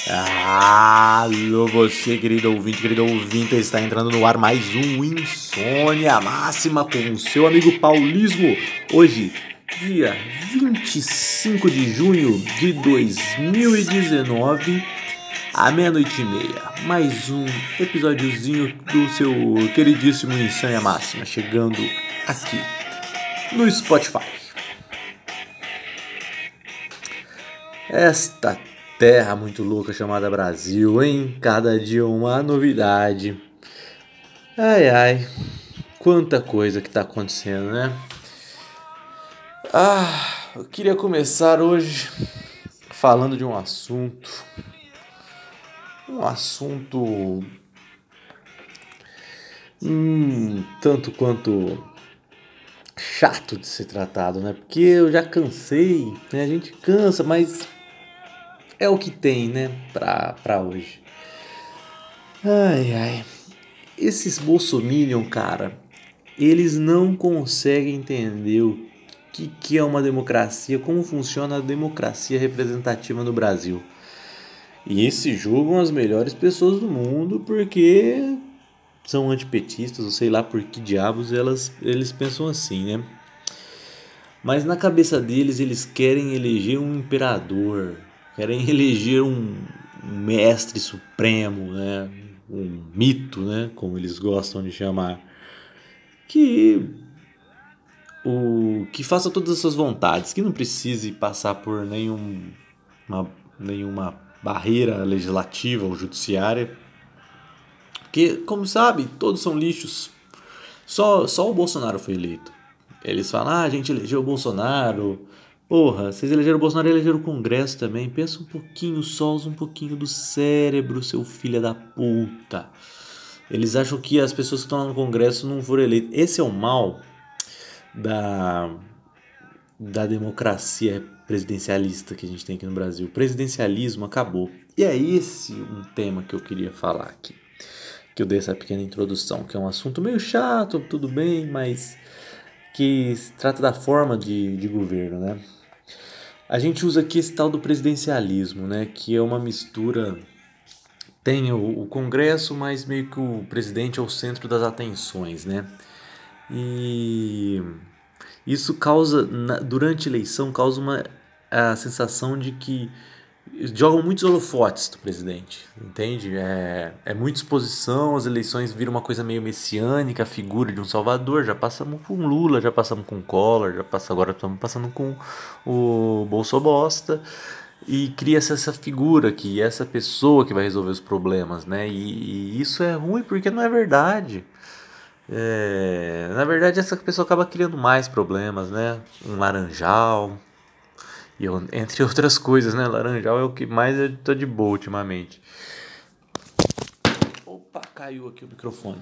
Alô, você, querido ouvinte, está entrando no ar mais um Insônia Máxima com o seu amigo Paulismo. Hoje, dia 25 de junho de 2019, à meia-noite e meia. Mais um episódiozinho do seu queridíssimo Insônia Máxima, chegando aqui no Spotify. Esta terra muito louca chamada Brasil, hein? Cada dia uma novidade. Ai, ai, quanta coisa que tá acontecendo, né? Eu queria começar hoje falando de um assunto tanto quanto chato de ser tratado, né? Porque eu já cansei, né? A gente cansa, mas é o que tem, né, pra hoje. Ai, ai. Esses bolsominion, cara, eles não conseguem entender o que é uma democracia, como funciona a democracia representativa no Brasil. E se julgam as melhores pessoas do mundo porque são antipetistas, ou sei lá por que diabos eles pensam assim, né? Mas na cabeça deles, eles querem eleger um imperador, querem eleger um mestre supremo, né? Um mito, né? Como eles gostam de chamar, que faça todas as suas vontades, que não precise passar por nenhuma barreira legislativa ou judiciária, porque, como sabe, todos são lixos. Só o Bolsonaro foi eleito. Eles falam, a gente elegeu o Bolsonaro. Porra, vocês elegeram o Bolsonaro e elegeram o Congresso também. Pensa um pouquinho só, usa um pouquinho do cérebro, seu filho da puta. Eles acham que as pessoas que estão lá no Congresso não foram eleitas. Esse é o mal da democracia presidencialista que a gente tem aqui no Brasil. O presidencialismo acabou. E é esse um tema que eu queria falar aqui. Que eu dei essa pequena introdução, que é um assunto meio chato, tudo bem, mas que se trata da forma de governo, né? A gente usa aqui esse tal do presidencialismo, né? Que é uma mistura. Tem o Congresso, mas meio que o presidente é o centro das atenções, né? E isso causa, durante a eleição, causa a sensação de que jogam muitos holofotes do presidente, entende? É muita exposição, as eleições viram uma coisa meio messiânica, a figura de um salvador. Já passamos com Lula, já passamos com Collor, agora estamos passando com o Bolsobosta. E cria-se essa figura que essa pessoa que vai resolver os problemas, né? E isso é ruim porque não é verdade. Na verdade, essa pessoa acaba criando mais problemas, né? Um laranjal, entre outras coisas, né? Laranjal é o que mais eu tô de boa ultimamente. Opa, caiu aqui o microfone.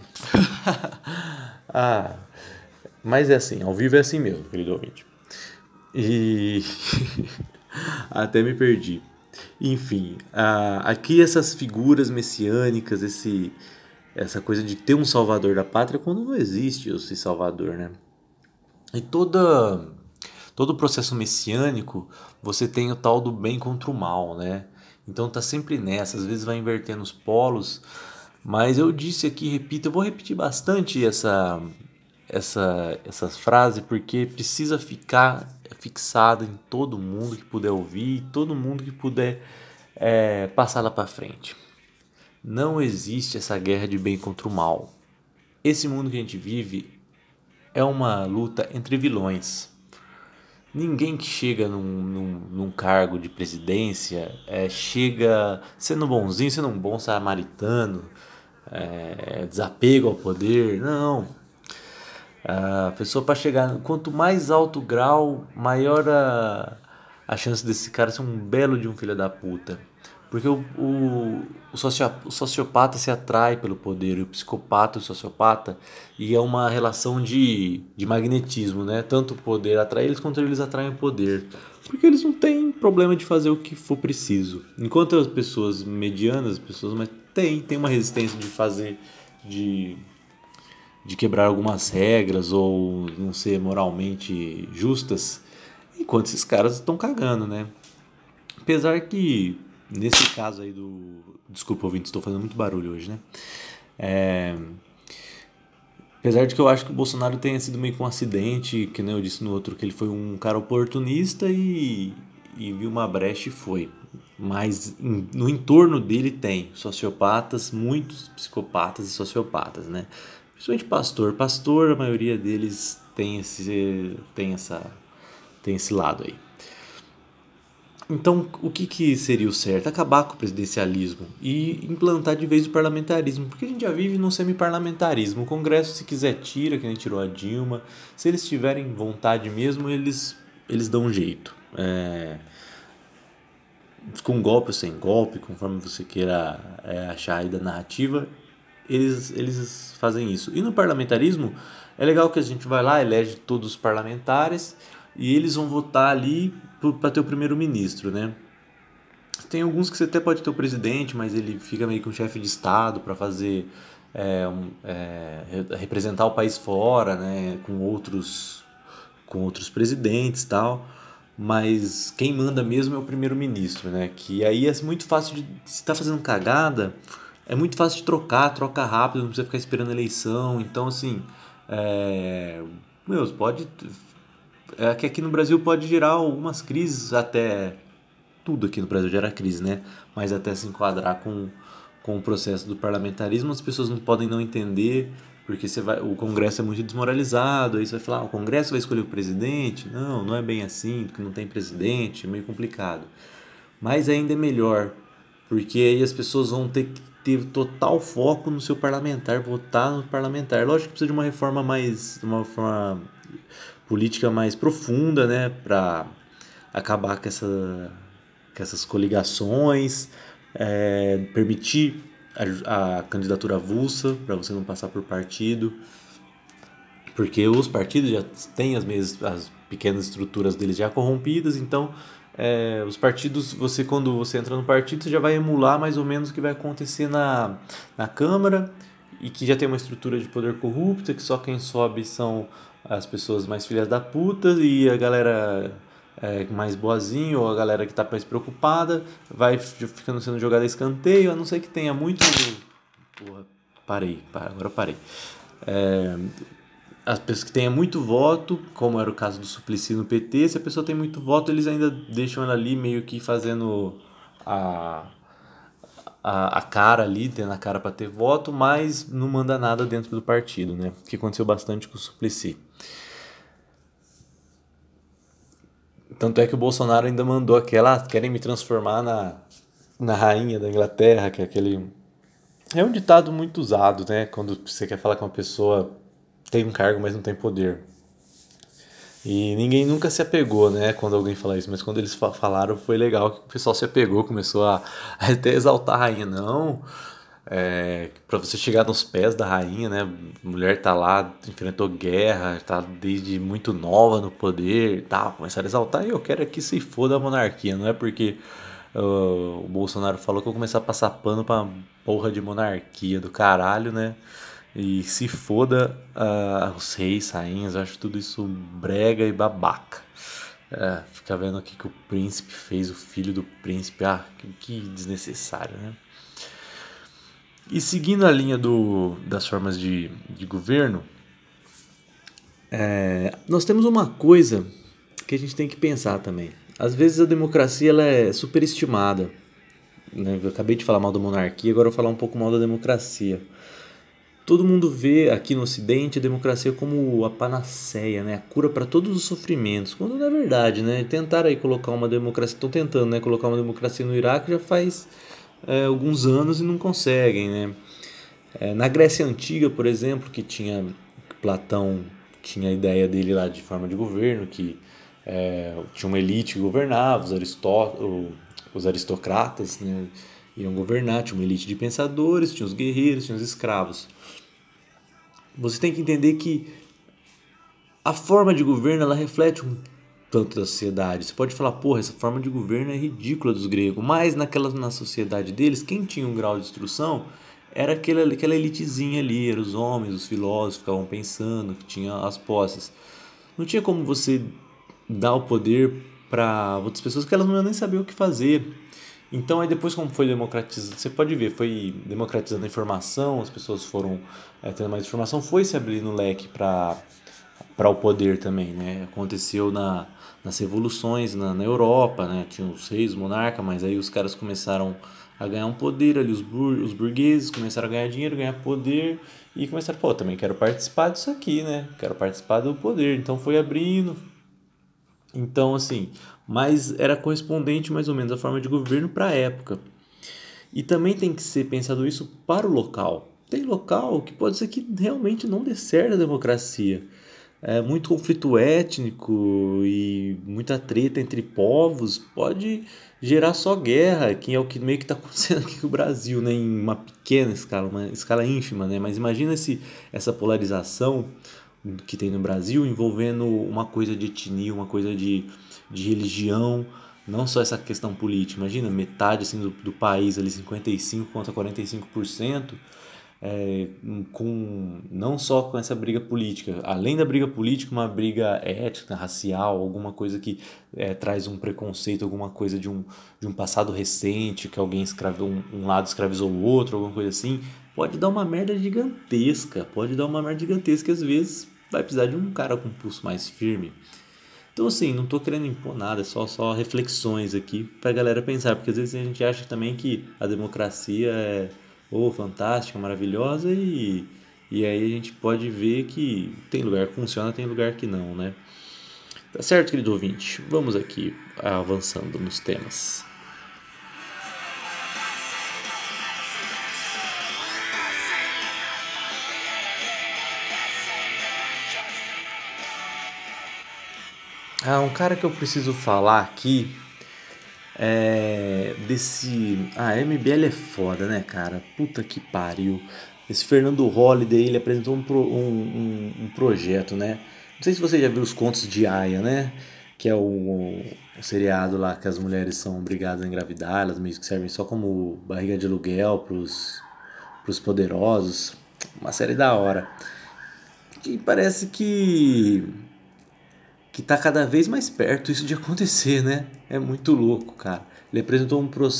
Mas é assim, ao vivo é assim mesmo, querido ouvinte. E até me perdi. Enfim, aqui essas figuras messiânicas, essa coisa de ter um salvador da pátria quando não existe esse salvador, né? E todo o processo messiânico, você tem o tal do bem contra o mal, né? Então tá sempre nessa, às vezes vai invertendo os polos, mas eu disse aqui, repito, eu vou repetir bastante essa frase porque precisa ficar fixada em todo mundo que puder ouvir, todo mundo que puder passar lá para frente. Não existe essa guerra de bem contra o mal. Esse mundo que a gente vive é uma luta entre vilões. Ninguém que chega num cargo de presidência chega sendo bonzinho, sendo um bom samaritano, desapego ao poder. Não. A pessoa, para chegar, quanto mais alto o grau, maior a chance desse cara ser um belo de um filho da puta. Porque o sociopata se atrai pelo poder, e o psicopata e o sociopata, e é uma relação de magnetismo, né? Tanto o poder atrai eles quanto eles atraem o poder. Porque eles não têm problema de fazer o que for preciso. Enquanto as pessoas medianas, mas tem uma resistência de fazer, de quebrar algumas regras ou não ser moralmente justas, enquanto esses caras estão cagando, né? Apesar que nesse caso aí do... Desculpa, ouvinte, estou fazendo muito barulho hoje, né? É, apesar de que eu acho que o Bolsonaro tenha sido meio que um acidente, que nem eu disse no outro, que ele foi um cara oportunista e viu uma brecha e foi. Mas no entorno dele tem sociopatas, muitos psicopatas e sociopatas, né? Principalmente pastor. Pastor, a maioria deles tem esse lado aí. Então, o que seria o certo? Acabar com o presidencialismo e implantar de vez o parlamentarismo, porque a gente já vive num semi-parlamentarismo. O Congresso, se quiser, tira, que nem tirou a Dilma. Se eles tiverem vontade mesmo, eles dão um jeito. Com golpe ou sem golpe, conforme você queira achar aí da narrativa, eles fazem isso. E no parlamentarismo, é legal que a gente vai lá, elege todos os parlamentares e eles vão votar ali para ter o primeiro-ministro, né? Tem alguns que você até pode ter o presidente, mas ele fica meio que um chefe de estado para fazer representar o país fora, né? Com outros presidentes e tal. Mas quem manda mesmo é o primeiro-ministro, né? Que aí é muito fácil de... Se tá fazendo cagada, é muito fácil de troca rápido, não precisa ficar esperando eleição. Então, assim... pode... É que aqui no Brasil pode gerar algumas crises até... Tudo aqui no Brasil gera crise, né? Mas até se enquadrar com o processo do parlamentarismo, as pessoas não podem não entender, porque o Congresso é muito desmoralizado, aí você vai falar, o Congresso vai escolher o presidente? Não, não é bem assim, porque não tem presidente, é meio complicado. Mas ainda é melhor, porque aí as pessoas vão ter que ter total foco no seu parlamentar, votar no parlamentar. Lógico que precisa de uma reforma política mais profunda, né, para acabar com essas coligações, permitir a candidatura avulsa para você não passar por partido, porque os partidos já têm as pequenas estruturas deles já corrompidas, então os partidos, quando você entra no partido, você já vai emular mais ou menos o que vai acontecer na Câmara, e que já tem uma estrutura de poder corrupta, que só quem sobe são as pessoas mais filhas da puta, e a galera mais boazinha, ou a galera que tá mais preocupada, vai ficando sendo jogada a escanteio, a não ser que tenha muito... Porra, agora parei. As pessoas que tenham muito voto, como era o caso do Suplicy no PT, se a pessoa tem muito voto, eles ainda deixam ela ali meio que fazendo a, a cara ali, tendo a cara para ter voto, mas não manda nada dentro do partido, né? Que aconteceu bastante com o Suplicy. Tanto é que o Bolsonaro ainda mandou querem me transformar na rainha da Inglaterra, que é aquele... É um ditado muito usado, né? Quando você quer falar que uma pessoa tem um cargo, mas não tem poder. E ninguém nunca se apegou, né, quando alguém fala isso, mas quando eles falaram foi legal que o pessoal se apegou, começou a até exaltar a rainha. Não, para você chegar nos pés da rainha, né, a mulher tá lá, enfrentou guerra, tá desde muito nova no poder e tal, começaram a exaltar, e eu quero que se foda a monarquia, não é porque o Bolsonaro falou que eu vou começar a passar pano pra porra de monarquia do caralho, né? E se foda os reis, rainhas, eu acho tudo isso brega e babaca. Fica vendo aqui que o príncipe fez, o filho do príncipe, que desnecessário, né? E seguindo a linha das formas de governo, nós temos uma coisa que a gente tem que pensar também. Às vezes a democracia ela é superestimada, né? Eu acabei de falar mal da monarquia, agora eu vou falar um pouco mal da democracia. Todo mundo vê aqui no Ocidente a democracia como a panaceia, né? A cura para todos os sofrimentos, quando não é verdade, né? Tentaram aí colocar uma democracia, estão tentando, né, colocar uma democracia no Iraque já faz alguns anos e não conseguem, né? Na Grécia Antiga, por exemplo, Platão tinha a ideia dele lá de forma de governo, que tinha uma elite que governava, os aristocratas, né, iam governar, tinha uma elite de pensadores, tinha os guerreiros, tinha os escravos. Você tem que entender que a forma de governo ela reflete um tanto da sociedade. Você pode falar, porra, essa forma de governo é ridícula dos gregos, mas na sociedade deles, quem tinha um grau de instrução era aquela elitezinha ali, eram os homens, os filósofos, ficavam pensando, que tinha as posses. Não tinha como você dar o poder para outras pessoas que elas não iam nem saber o que fazer. Então, aí depois como foi democratizando, você pode ver, foi democratizando a informação, as pessoas foram tendo mais informação, foi se abrindo o leque para o poder também, né? Aconteceu nas revoluções na Europa, né? Tinha os reis, os monarcas, mas aí os caras começaram a ganhar um poder ali, os burgueses começaram a ganhar dinheiro, ganhar poder e começaram, pô, também quero participar disso aqui, né? Quero participar do poder. Então foi abrindo. Então, assim, mas era correspondente mais ou menos à forma de governo para a época. E também tem que ser pensado isso para o local. Tem local que pode ser que realmente não dê certo a democracia. É muito conflito étnico e muita treta entre povos pode gerar só guerra, que é o que meio que está acontecendo aqui no Brasil, né? Em uma pequena escala, uma escala ínfima, né? Mas imagina essa polarização que tem no Brasil envolvendo uma coisa de etnia, uma coisa de religião, não só essa questão política. Imagina, metade assim, do país, ali 55% contra 45%, não só com essa briga política, além da briga política, uma briga ética, racial, alguma coisa que traz um preconceito, alguma coisa de um passado recente, que alguém escravizou, um lado escravizou o outro, alguma coisa assim, pode dar uma merda gigantesca, às vezes vai precisar de um cara com um pulso mais firme. Então, assim, não tô querendo impor nada, é só reflexões aqui pra galera pensar, porque às vezes a gente acha também que a democracia é fantástica, maravilhosa e aí a gente pode ver que tem lugar que funciona, tem lugar que não, né? Tá certo, querido ouvinte? Vamos aqui avançando nos temas. Um cara que eu preciso falar aqui desse. MBL é foda, né, cara? Puta que pariu. Esse Fernando Holliday, ele apresentou um projeto, né? Não sei se você já viu os contos de Aya, né? Que é o seriado lá que as mulheres são obrigadas a engravidar, elas meio que servem só como barriga de aluguel pros poderosos. Uma série da hora. Que parece que tá cada vez mais perto isso de acontecer, né? É muito louco, cara. Ele apresentou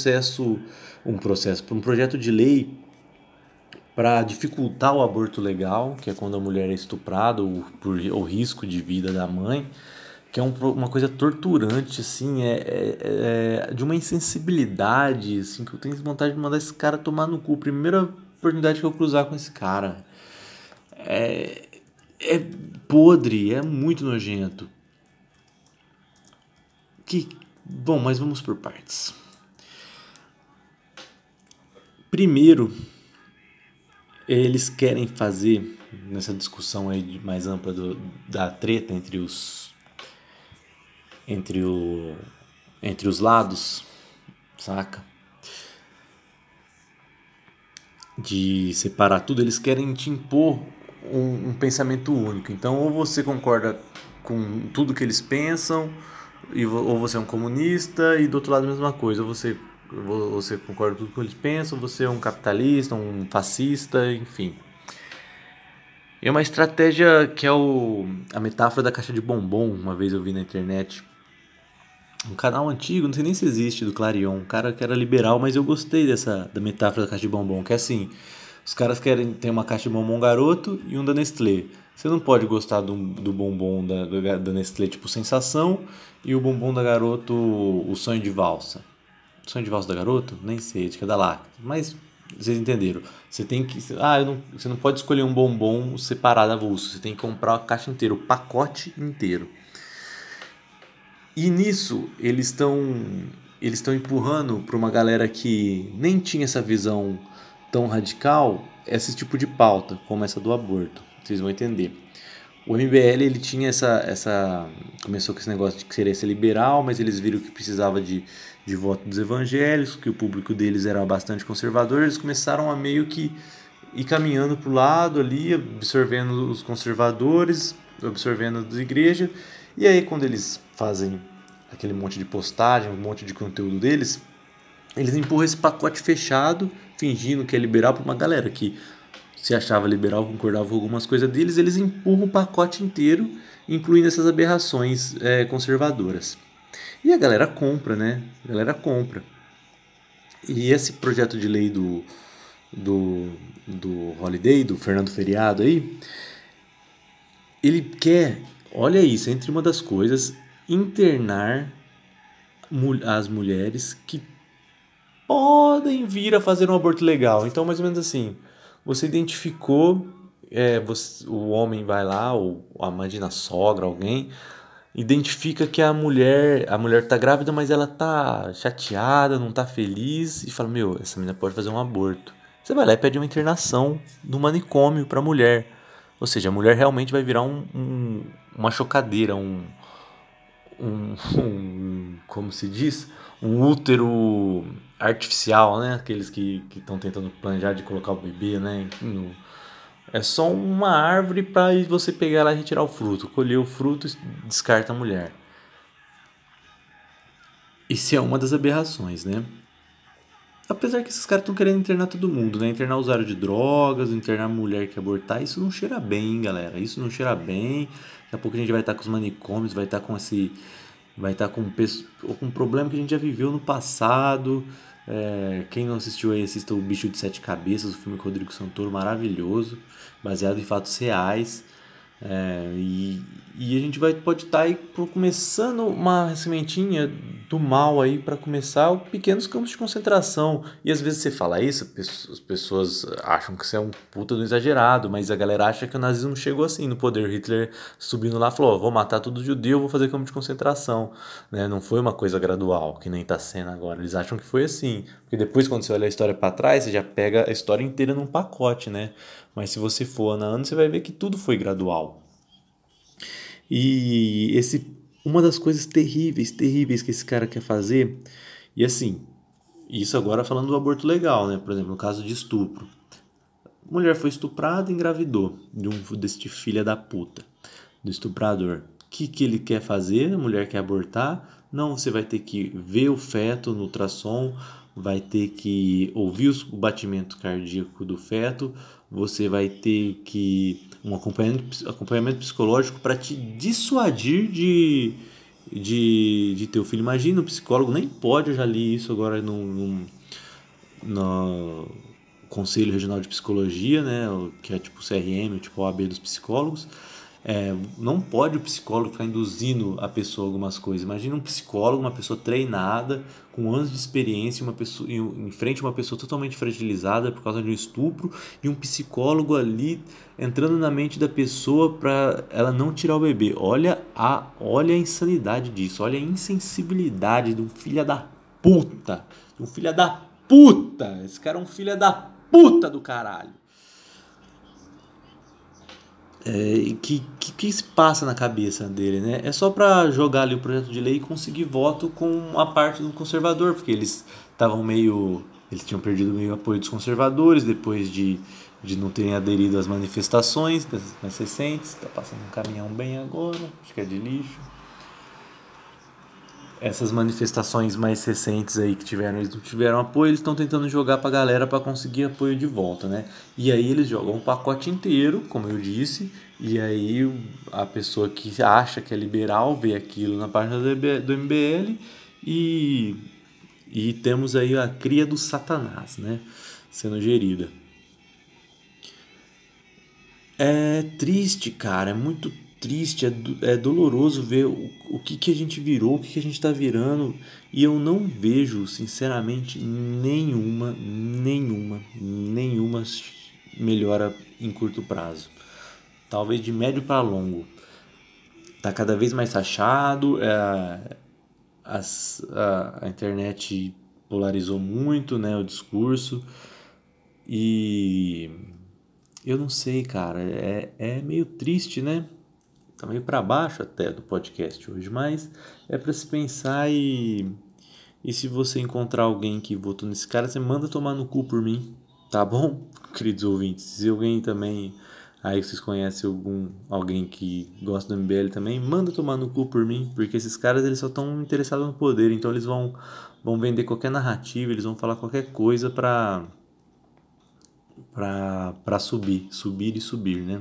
um projeto de lei para dificultar o aborto legal, que é quando a mulher é estuprada ou por o risco de vida da mãe, que é uma coisa torturante, assim, de uma insensibilidade, assim, que eu tenho vontade de mandar esse cara tomar no cu. Primeira oportunidade que eu cruzar com esse cara. É podre, é muito nojento. Bom, mas vamos por partes. Primeiro, eles querem fazer, nessa discussão aí mais ampla da treta entre os lados, saca? De separar tudo, eles querem te impor um pensamento único. Então, ou você concorda com tudo que eles pensam, ou você é um comunista, e do outro lado a mesma coisa. Ou você concorda com tudo que eles pensam, ou você é um capitalista, um fascista, enfim. É uma estratégia que é a metáfora da caixa de bombom. Uma vez eu vi na internet um canal antigo, não sei nem se existe, do Clarion, um cara que era liberal, mas eu gostei da metáfora da caixa de bombom, que é assim, os caras querem ter uma caixa de bombom Garoto e um da Nestlé. Você não pode gostar do bombom da Nestlé tipo Sensação e o bombom da Garoto o Sonho de Valsa. O Sonho de Valsa da Garoto? Nem sei, acho que é da Lacta, mas vocês entenderam. Você tem que. Você não pode escolher um bombom separado avulso. Você tem que comprar a caixa inteira, o pacote inteiro. E nisso eles estão empurrando para uma galera que nem tinha essa visão tão radical esse tipo de pauta, como essa do aborto. Vocês vão entender. O MBL ele tinha começou com esse negócio de querer ser liberal, mas eles viram que precisava de voto dos evangélicos, que o público deles era bastante conservador, eles começaram a meio que ir caminhando para o lado ali, absorvendo os conservadores, absorvendo as igrejas, e aí quando eles fazem aquele monte de postagem, um monte de conteúdo deles, eles empurram esse pacote fechado, fingindo que é liberal para uma galera que se achava liberal, concordava com algumas coisas deles, eles empurram o pacote inteiro, incluindo essas aberrações conservadoras. E a galera compra, né? A galera compra. E esse projeto de lei do Holiday, do Fernando Feriado aí, ele quer, olha isso, entre uma das coisas, internar as mulheres que podem vir a fazer um aborto legal. Então, mais ou menos assim, você identificou, o homem vai lá, ou imagina a sogra, alguém, identifica que a mulher tá grávida, mas ela tá chateada, não tá feliz, e fala, meu, essa menina pode fazer um aborto. Você vai lá e pede uma internação no manicômio pra mulher. Ou seja, a mulher realmente vai virar uma chocadeira, como se diz, um útero artificial, né? Aqueles que estão tentando planejar de colocar o bebê, né? É só uma árvore para você pegar lá e retirar o fruto, colher o fruto e descarta a mulher. Isso é uma das aberrações, né? Apesar que esses caras estão querendo internar todo mundo, né? Internar usuário de drogas, internar mulher que abortar, isso não cheira bem, hein, galera. Isso não cheira bem. Daqui a pouco a gente vai estar com os manicômios, vai estar com esse. Vai estar com um problema que a gente já viveu no passado. Quem não assistiu aí, assista o Bicho de Sete Cabeças, o filme com o Rodrigo Santoro, maravilhoso, baseado em fatos reais. E a gente pode estar aí começando uma sementinha do mal aí para começar pequenos campos de concentração. E às vezes você fala isso, as pessoas acham que você é um puta do exagerado, mas a galera acha que o nazismo chegou assim no poder. Hitler subindo lá falou: vou matar todo judeu, vou fazer campo de concentração. Né? Não foi uma coisa gradual, que nem tá sendo agora. Eles acham que foi assim. Porque depois, quando você olha a história para trás, você já pega a história inteira num pacote, né? Mas se você for analisando, você vai ver que tudo foi gradual. E uma das coisas terríveis, terríveis que esse cara quer fazer, e assim, isso agora falando do aborto legal, né? Por exemplo, no caso de estupro. Mulher foi estuprada e engravidou deste filho da puta, do estuprador. O que ele quer fazer? A mulher quer abortar? Não, você vai ter que ver o feto no ultrassom, vai ter que ouvir o batimento cardíaco do feto, você vai ter que um acompanhamento psicológico para te dissuadir de ter o filho. Imagina, o psicólogo nem pode, eu já li isso agora no Conselho Regional de Psicologia, né, que é tipo o CRM, tipo o OAB dos psicólogos. Não pode o psicólogo ficar induzindo a pessoa a algumas coisas. Imagina um psicólogo, uma pessoa treinada, com anos de experiência, uma pessoa, em frente a uma pessoa totalmente fragilizada por causa de um estupro, e um psicólogo ali entrando na mente da pessoa para ela não tirar o bebê. Olha a insanidade disso, olha a insensibilidade de um filho da puta. De um filho da puta. Esse cara é um filho da puta do caralho. Que se passa na cabeça dele, né? É só pra jogar ali o projeto de lei e conseguir voto com a parte do conservador, porque eles estavam meio. Eles tinham perdido meio o apoio dos conservadores depois de não terem aderido às manifestações mais recentes. Tá passando um caminhão bem agora, acho que é de lixo. Essas manifestações mais recentes aí que tiveram, eles não tiveram apoio, eles estão tentando jogar pra galera para conseguir apoio de volta, né? E aí eles jogam um pacote inteiro, como eu disse, e aí a pessoa que acha que é liberal vê aquilo na página do MBL e temos aí a cria do Satanás, né? Sendo gerida. É triste, cara, é muito triste, é doloroso ver o que a gente virou, o que a gente tá virando, e eu não vejo, sinceramente, nenhuma melhora em curto prazo. Talvez de médio para longo. Tá cada vez mais rachado, a internet polarizou muito, né, o discurso, e eu não sei, cara, é meio triste, né? Tá meio para baixo até do podcast hoje, mas é para se pensar e se você encontrar alguém que votou nesse cara, você manda tomar no cu por mim, tá bom? Queridos ouvintes, se alguém também aí vocês conhecem alguém que gosta do MBL também, manda tomar no cu por mim, porque esses caras eles só estão interessados no poder, então eles vão vender qualquer narrativa, eles vão falar qualquer coisa para subir e subir, né?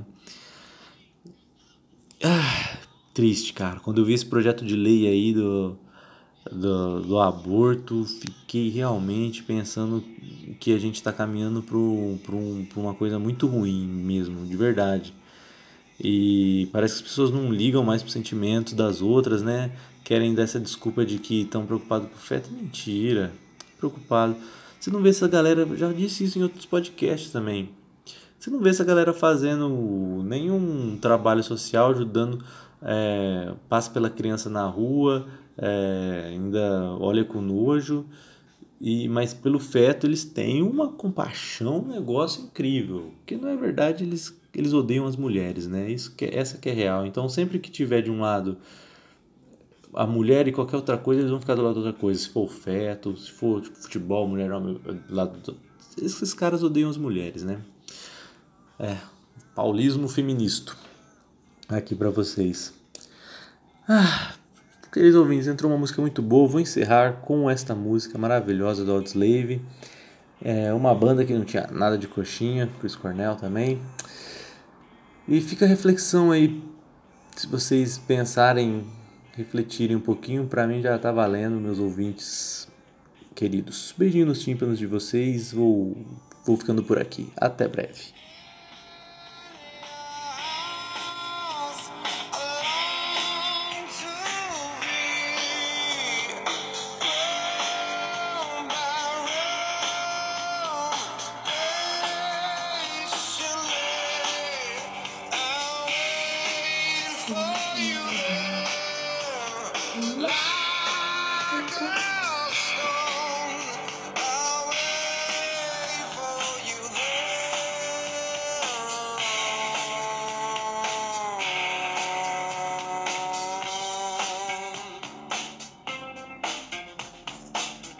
Triste, cara. Quando eu vi esse projeto de lei aí do aborto, fiquei realmente pensando que a gente está caminhando para uma coisa muito ruim mesmo, de verdade. E parece que as pessoas não ligam mais para os sentimentos das outras, né? Querem dar essa desculpa de que estão preocupados com o feto. Mentira, preocupado. Você não vê essa galera, já disse isso em outros podcasts também. Você não vê essa galera fazendo nenhum trabalho social, ajudando, passa pela criança na rua, ainda olha com nojo, mas pelo feto eles têm uma compaixão, um negócio incrível. Porque não é verdade, eles odeiam as mulheres, né? Essa que é real. Então sempre que tiver de um lado a mulher e qualquer outra coisa, eles vão ficar do lado de outra coisa. Se for o feto, se for tipo, futebol, mulher, homem, do lado do... Esses caras odeiam as mulheres, né? Paulismo feminista aqui pra vocês. Queridos ouvintes, entrou uma música muito boa. Vou encerrar com esta música maravilhosa do Audioslave. É uma banda que não tinha nada de coxinha, Chris Cornell também. E fica a reflexão aí, se vocês pensarem, refletirem um pouquinho, pra mim já tá valendo, meus ouvintes queridos. Beijinho nos tímpanos de vocês, vou ficando por aqui. Até breve.